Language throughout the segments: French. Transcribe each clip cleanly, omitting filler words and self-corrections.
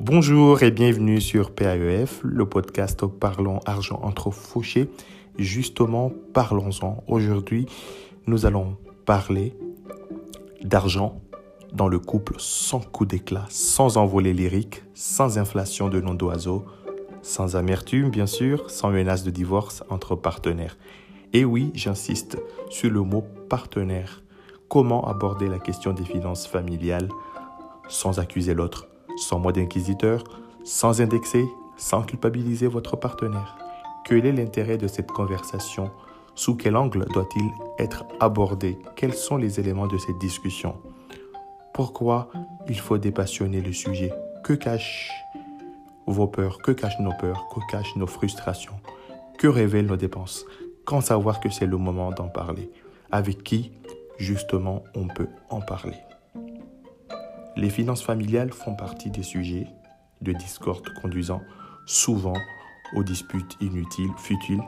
Bonjour et bienvenue sur PAEF, le podcast Parlons Argent entre fauchés. Justement, parlons-en. Aujourd'hui, nous allons parler d'argent dans le couple sans coup d'éclat, sans envolée lyrique, sans inflation de nom d'oiseau, sans amertume bien sûr, sans menace de divorce entre partenaires. Et oui, j'insiste sur le mot partenaire. Comment aborder la question des finances familiales sans accuser l'autre, sans mode inquisiteur, sans indexer, sans culpabiliser votre partenaire? Quel est l'intérêt de cette conversation? Sous quel angle doit-il être abordé? Quels sont les éléments de cette discussion? Pourquoi il faut dépassionner le sujet? Que cachent vos peurs? Que cachent nos peurs? Que cachent nos frustrations? Que révèlent nos dépenses? Quand savoir que c'est le moment d'en parler? Avec qui, justement, on peut en parler? Les finances familiales font partie des sujets de discorde conduisant souvent aux disputes inutiles, futiles,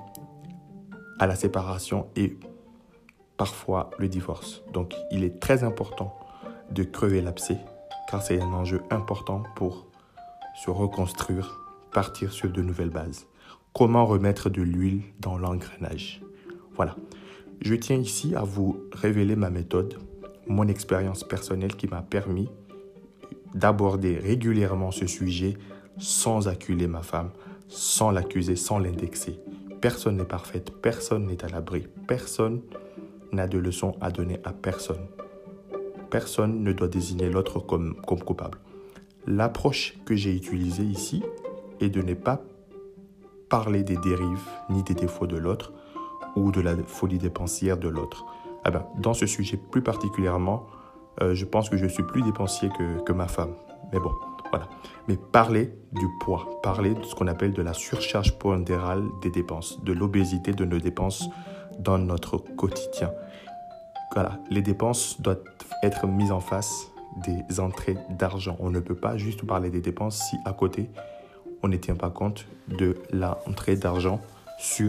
à la séparation et parfois le divorce. Donc, il est très important de crever l'abcès car c'est un enjeu important pour se reconstruire, partir sur de nouvelles bases. Comment remettre de l'huile dans l'engrenage? Voilà. Je tiens ici à vous révéler ma méthode, mon expérience personnelle qui m'a permis d'aborder régulièrement ce sujet sans acculer ma femme, sans l'accuser, sans l'indexer. Personne n'est parfaite, personne n'est à l'abri, personne n'a de leçons à donner à personne. Personne ne doit désigner l'autre comme coupable. L'approche que j'ai utilisée ici est de ne pas parler des dérives ni des défauts de l'autre ou de la folie dépensière de l'autre. Dans ce sujet plus particulièrement, je pense que je suis plus dépensier que ma femme. Mais bon, voilà. Mais parler du poids, parler de ce qu'on appelle de la surcharge pondérale des dépenses, de l'obésité de nos dépenses dans notre quotidien. Voilà, les dépenses doivent être mises en face des entrées d'argent. On ne peut pas juste parler des dépenses si à côté, on ne tient pas compte de l'entrée d'argent sur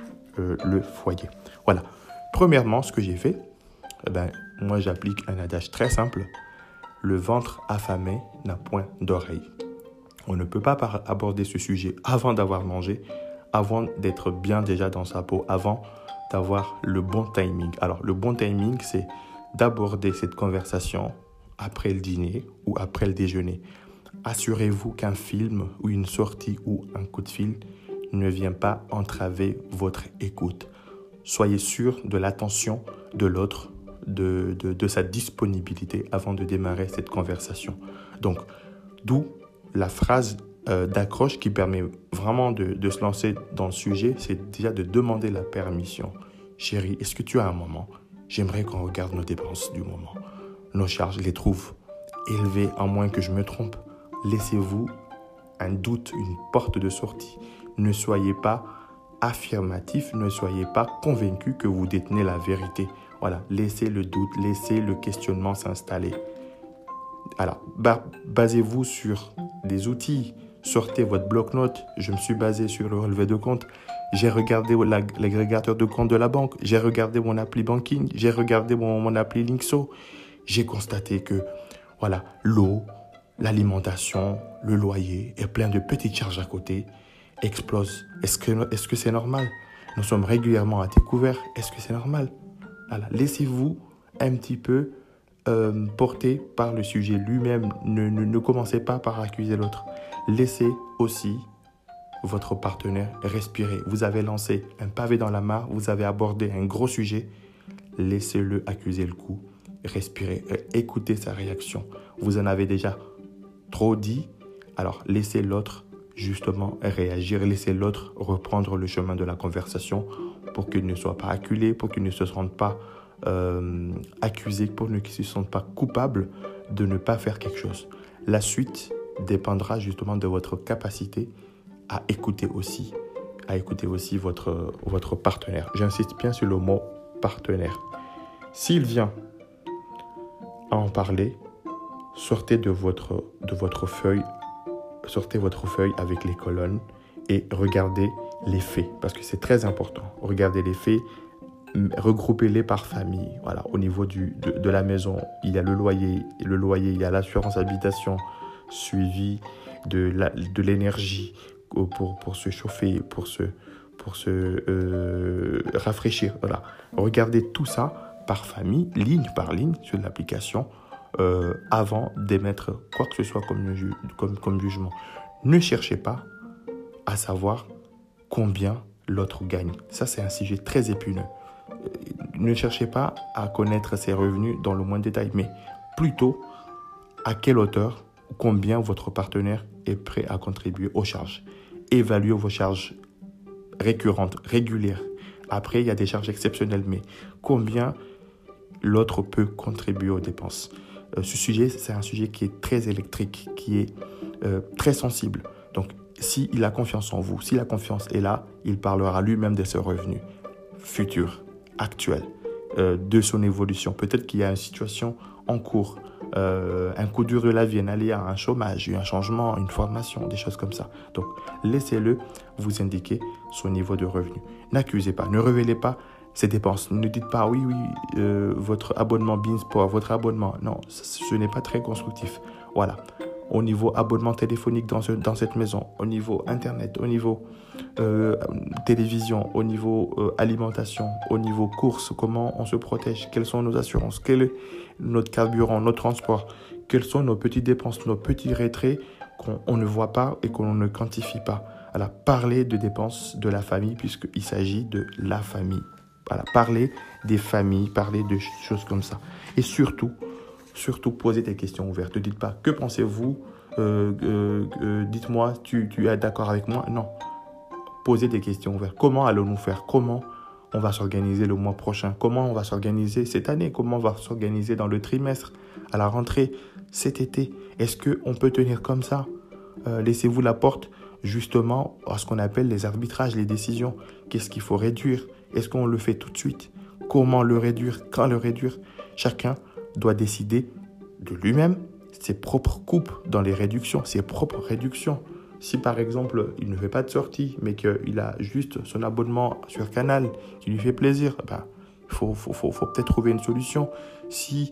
le foyer. Voilà. Premièrement, ce que j'ai fait, moi j'applique un adage très simple. Le ventre affamé n'a point d'oreille. On ne peut pas aborder ce sujet avant d'avoir mangé, avant d'être bien déjà dans sa peau, avant d'avoir le bon timing. Alors le bon timing, c'est d'aborder cette conversation après le dîner ou après le déjeuner. Assurez-vous qu'un film ou une sortie ou un coup de fil ne vient pas entraver votre écoute. Soyez sûr de l'attention de l'autre, de sa disponibilité avant de démarrer cette conversation. Donc, d'où la phrase d'accroche qui permet vraiment de se lancer dans le sujet, c'est déjà de demander la permission. Chérie, est-ce que tu as un moment? J'aimerais qu'on regarde nos dépenses du moment. Nos charges, je les trouve élevées, à moins que je me trompe. Laissez-vous un doute, une porte de sortie. Ne soyez pas affirmatif, ne soyez pas convaincu que vous détenez la vérité. Voilà, laissez le doute, laissez le questionnement s'installer. Alors, basez-vous sur des outils. Sortez votre bloc-notes. Je me suis basé sur le relevé de compte. J'ai regardé l'agrégateur de compte de la banque. J'ai regardé mon appli banking. J'ai regardé mon appli Linkso. J'ai constaté que, voilà, l'eau, l'alimentation, le loyer et plein de petites charges à côté explosent. Est-ce que c'est normal? Nous sommes régulièrement à découvert. Est-ce que c'est normal? Voilà. Laissez-vous un petit peu porter par le sujet lui-même. Ne commencez pas par accuser l'autre. Laissez aussi votre partenaire respirer. Vous avez lancé un pavé dans la mare, vous avez abordé un gros sujet. Laissez-le accuser le coup. Respirez, écoutez sa réaction. Vous en avez déjà trop dit, alors laissez l'autre justement réagir, laissez l'autre reprendre le chemin de la conversation pour qu'il ne soit pas acculé, pour qu'il ne se sente pas accusé, pour qu'il ne se sente pas coupable de ne pas faire quelque chose. La suite dépendra justement de votre capacité à écouter aussi votre partenaire. J'insiste bien sur le mot partenaire. S'il vient à en parler, sortez votre feuille avec les colonnes et regardez les faits, parce que c'est très important. Regardez les faits, regroupez-les par famille. Voilà, au niveau de la maison, il y a le loyer, il y a l'assurance habitation, suivi de l'énergie pour se chauffer, pour se rafraîchir. Voilà. Regardez tout ça par famille, ligne par ligne sur l'application avant d'émettre quoi que ce soit comme jugement. Ne cherchez pas à savoir combien l'autre gagne. Ça, c'est un sujet très épineux. Ne cherchez pas à connaître ses revenus dans le moindre détail, mais plutôt à quelle hauteur, combien votre partenaire est prêt à contribuer aux charges. Évaluez vos charges récurrentes, régulières. Après, il y a des charges exceptionnelles, mais combien l'autre peut contribuer aux dépenses. Ce sujet, c'est un sujet qui est très électrique, qui est très sensible. Donc, s'il a confiance en vous, si la confiance est là, il parlera lui-même de ses revenus futurs, actuels, de son évolution. Peut-être qu'il y a une situation en cours, un coup dur de la vie, un aléa, un chômage, un changement, une formation, des choses comme ça. Donc, laissez-le vous indiquer son niveau de revenu. N'accusez pas, ne révélez pas ses dépenses. Ne dites pas, oui, votre abonnement Beansport, votre abonnement. Non, ce n'est pas très constructif. Voilà. Au niveau abonnement téléphonique dans cette maison, au niveau Internet, au niveau télévision, au niveau alimentation, au niveau courses, comment on se protège, quelles sont nos assurances, quel est notre carburant, notre transport, quelles sont nos petites dépenses, nos petits retraits qu'on ne voit pas et qu'on ne quantifie pas. Alors, parlez de dépenses de la famille puisqu'il s'agit de la famille. Voilà, parlez des familles, parlez de choses comme ça. Et surtout, posez des questions ouvertes. Ne dites pas, que pensez-vous dites-moi, tu es d'accord avec moi? Non. Posez des questions ouvertes. Comment allons-nous faire? Comment on va s'organiser le mois prochain? Comment on va s'organiser cette année? Comment on va s'organiser dans le trimestre, à la rentrée, cet été? Est-ce qu'on peut tenir comme ça? Laissez-vous la porte justement à ce qu'on appelle les arbitrages, les décisions. Qu'est-ce qu'il faut réduire? Est-ce qu'on le fait tout de suite? Comment le réduire? Quand le réduire? Chacun doit décider de lui-même ses propres coupes dans les réductions, ses propres réductions. Si par exemple, il ne fait pas de sortie, mais qu'il a juste son abonnement sur Canal qui lui fait plaisir, il faut peut-être trouver une solution. Si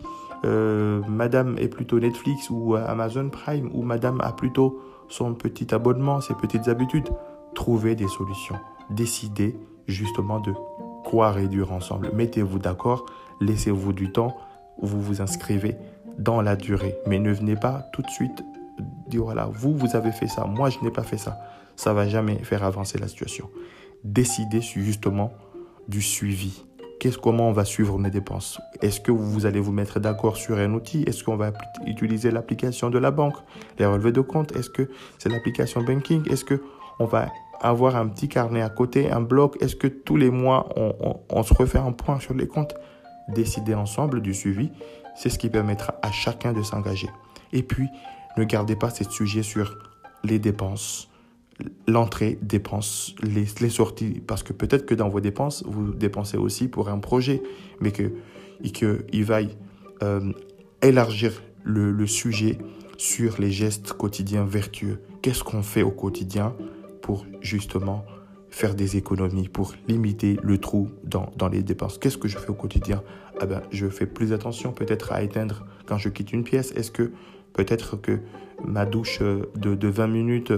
madame est plutôt Netflix ou Amazon Prime, ou madame a plutôt son petit abonnement, ses petites habitudes, trouvez des solutions. Décidez justement de quoi réduire ensemble. Mettez-vous d'accord, laissez-vous du temps, vous vous inscrivez dans la durée. Mais ne venez pas tout de suite dire voilà, vous avez fait ça, moi je n'ai pas fait ça. Ça ne va jamais faire avancer la situation. Décidez justement du suivi. Comment on va suivre nos dépenses? Est-ce que vous allez vous mettre d'accord sur un outil? Est-ce qu'on va utiliser l'application de la banque, les relevés de compte? Est-ce que c'est l'application banking? Est-ce qu'on va avoir un petit carnet à côté, un bloc? Est-ce que tous les mois, on se refait un point sur les comptes? Décider ensemble du suivi, c'est ce qui permettra à chacun de s'engager. Et puis, ne gardez pas ce sujet sur les dépenses, l'entrée, dépenses, les sorties, parce que peut-être que dans vos dépenses, vous dépensez aussi pour un projet, mais qu'il vaille élargir le sujet sur les gestes quotidiens vertueux. Qu'est-ce qu'on fait au quotidien pour justement faire des économies, pour limiter le trou dans les dépenses? Qu'est-ce que je fais au quotidien? Je fais plus attention peut-être à éteindre quand je quitte une pièce. Est-ce que peut-être que ma douche de 20 minutes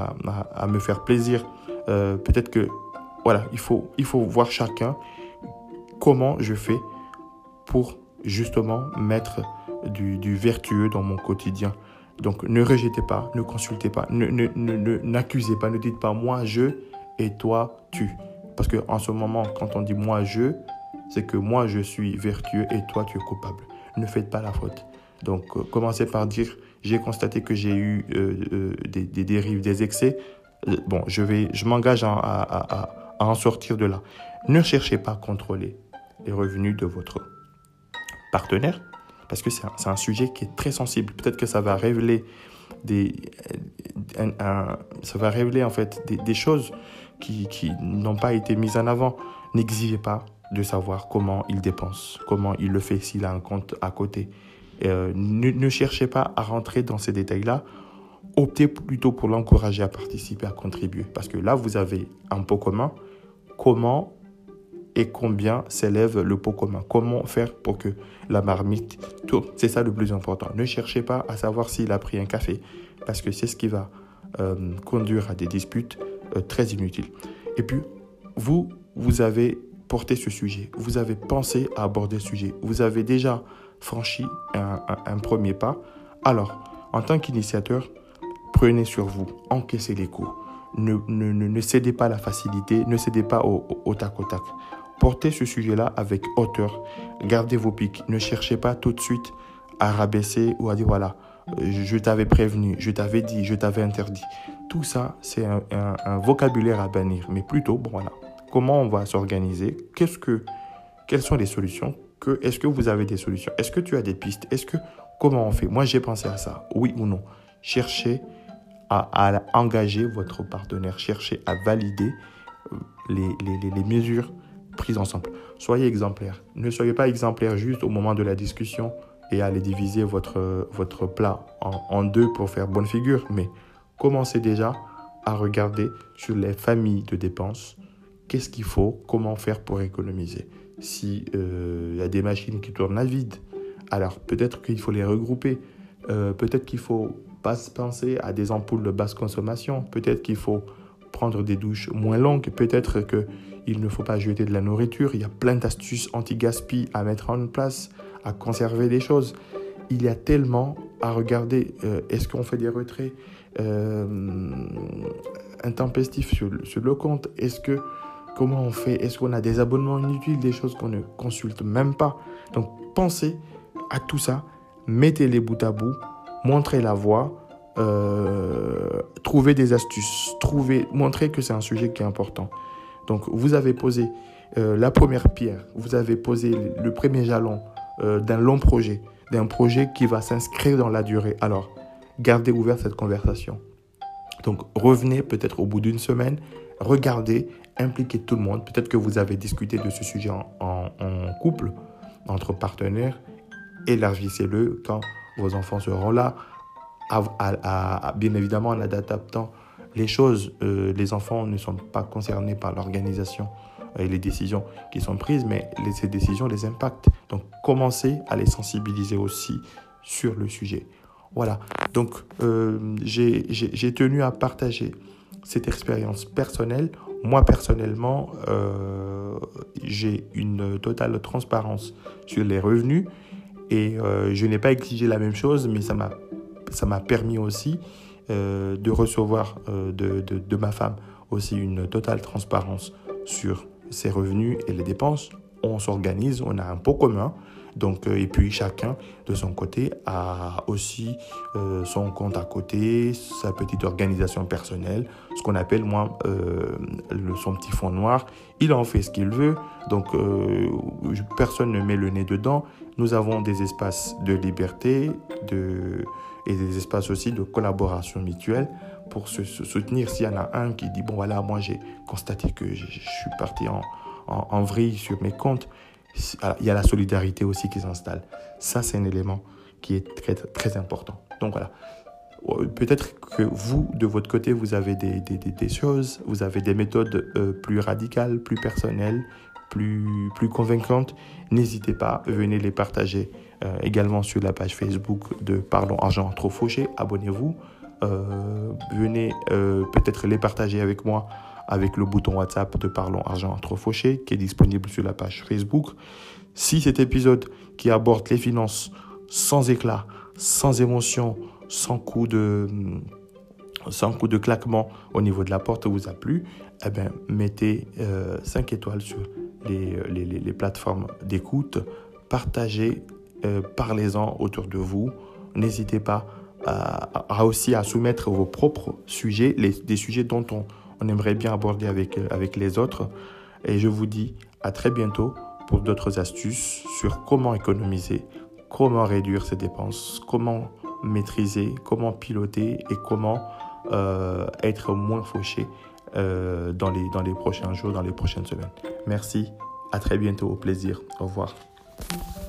à me faire plaisir, peut-être que voilà, il faut voir chacun comment je fais pour justement mettre du vertueux dans mon quotidien. Donc ne rejetez pas, ne consultez pas, n'accusez pas, ne dites pas moi je et toi tu. Parce qu'en ce moment, quand on dit moi je, c'est que moi je suis vertueux et toi tu es coupable. Ne faites pas la faute. Donc commencez par dire j'ai constaté que j'ai eu des dérives, des excès. Je m'engage à en sortir de là. Ne cherchez pas à contrôler les revenus de votre partenaire parce que c'est un sujet qui est très sensible. Peut-être que ça va révéler en fait des choses qui n'ont pas été mises en avant. N'exigez pas de savoir comment il dépense, comment il le fait, s'il a un compte à côté. Ne cherchez pas à rentrer dans ces détails-là. Optez plutôt pour l'encourager à participer, à contribuer. Parce que là, vous avez un pot commun. Comment et combien s'élève le pot commun? Comment faire pour que la marmite tourne? C'est ça le plus important. Ne cherchez pas à savoir s'il a pris un café. parce que c'est ce qui va conduire à des disputes très inutiles. Et puis, vous avez porté ce sujet, vous avez pensé à aborder ce sujet, vous avez déjà franchi un premier pas. Alors, en tant qu'initiateur, prenez sur vous, encaissez les coups. Ne cédez pas à la facilité, ne cédez pas au tac au tac. Portez ce sujet-là avec hauteur, gardez vos pics, ne cherchez pas tout de suite à rabaisser ou à dire voilà, je t'avais prévenu, je t'avais dit, je t'avais interdit. Tout ça, c'est un vocabulaire à bannir, mais plutôt, bon voilà, comment on va s'organiser, quelles sont les solutions, est-ce que vous avez des solutions, est-ce que tu as des pistes, comment on fait? Moi, j'ai pensé à ça, oui ou non. Cherchez à engager votre partenaire, cherchez à valider les mesures prises ensemble. Soyez exemplaire. Ne soyez pas exemplaire juste au moment de la discussion et allez diviser votre plat en deux pour faire bonne figure, mais commencez déjà à regarder sur les familles de dépenses. Qu'est-ce qu'il faut? Comment faire pour économiser? Si y a des machines qui tournent à vide, alors peut-être qu'il faut les regrouper. Peut-être qu'il faut pas penser à des ampoules de basse consommation. Peut-être qu'il faut prendre des douches moins longues. Peut-être qu'il ne faut pas jeter de la nourriture. Il y a plein d'astuces anti-gaspi à mettre en place, à conserver des choses. Il y a tellement à regarder. Est-ce qu'on fait des retraits intempestifs sur le compte? Comment on fait? Est-ce qu'on a des abonnements inutiles, des choses qu'on ne consulte même pas? Donc, pensez à tout ça. Mettez-les bout à bout. Montrez la voie. Trouvez des astuces. Montrez que c'est un sujet qui est important. Donc, vous avez posé la première pierre. Vous avez posé le premier jalon d'un long projet. D'un projet qui va s'inscrire dans la durée. Alors, gardez ouverte cette conversation. Donc, revenez peut-être au bout d'une semaine. Regardez, impliquez tout le monde. Peut-être que vous avez discuté de ce sujet en couple, entre partenaires. Élargissez-le quand vos enfants seront là. Bien évidemment, en adaptant les choses. Les enfants ne sont pas concernés par l'organisation et les décisions qui sont prises, mais ces décisions les impactent. Donc, commencez à les sensibiliser aussi sur le sujet. Voilà. Donc, j'ai tenu à partager cette expérience personnelle. Moi, personnellement, j'ai une totale transparence sur les revenus et je n'ai pas exigé la même chose, mais ça m'a permis aussi de recevoir de ma femme aussi une totale transparence sur ses revenus et les dépenses. On s'organise, on a un pot commun. Donc, et puis chacun de son côté a aussi son compte à côté, sa petite organisation personnelle, ce qu'on appelle moi son petit fond noir. Il en fait ce qu'il veut, donc personne ne met le nez dedans. Nous avons des espaces de liberté et des espaces aussi de collaboration mutuelle pour se soutenir. S'il y en a un qui dit, bon voilà, moi j'ai constaté que je suis parti en vrille sur mes comptes, il y a la solidarité aussi qui s'installe. Ça, c'est un élément qui est très, très important. Donc voilà, peut-être que vous, de votre côté, vous avez des choses, vous avez des méthodes plus radicales, plus personnelles, plus convaincantes. N'hésitez pas, venez les partager également sur la page Facebook de Parlons Argent Trop Fauché. Abonnez-vous. Venez peut-être les partager avec moi avec le bouton WhatsApp de Parlons Argent Trop Fauché qui est disponible sur la page Facebook. Si cet épisode qui aborde les finances sans éclat, sans émotion, sans coup de claquement au niveau de la porte vous a plu, eh bien, mettez 5 étoiles sur les plateformes d'écoute, partagez, parlez-en autour de vous. N'hésitez pas aussi à soumettre vos propres sujets, des sujets dont on aimerait bien aborder avec les autres. Et je vous dis à très bientôt pour d'autres astuces sur comment économiser, comment réduire ses dépenses, comment maîtriser, comment piloter et comment être moins fauché dans les prochains jours, dans les prochaines semaines. Merci, à très bientôt, au plaisir, au revoir.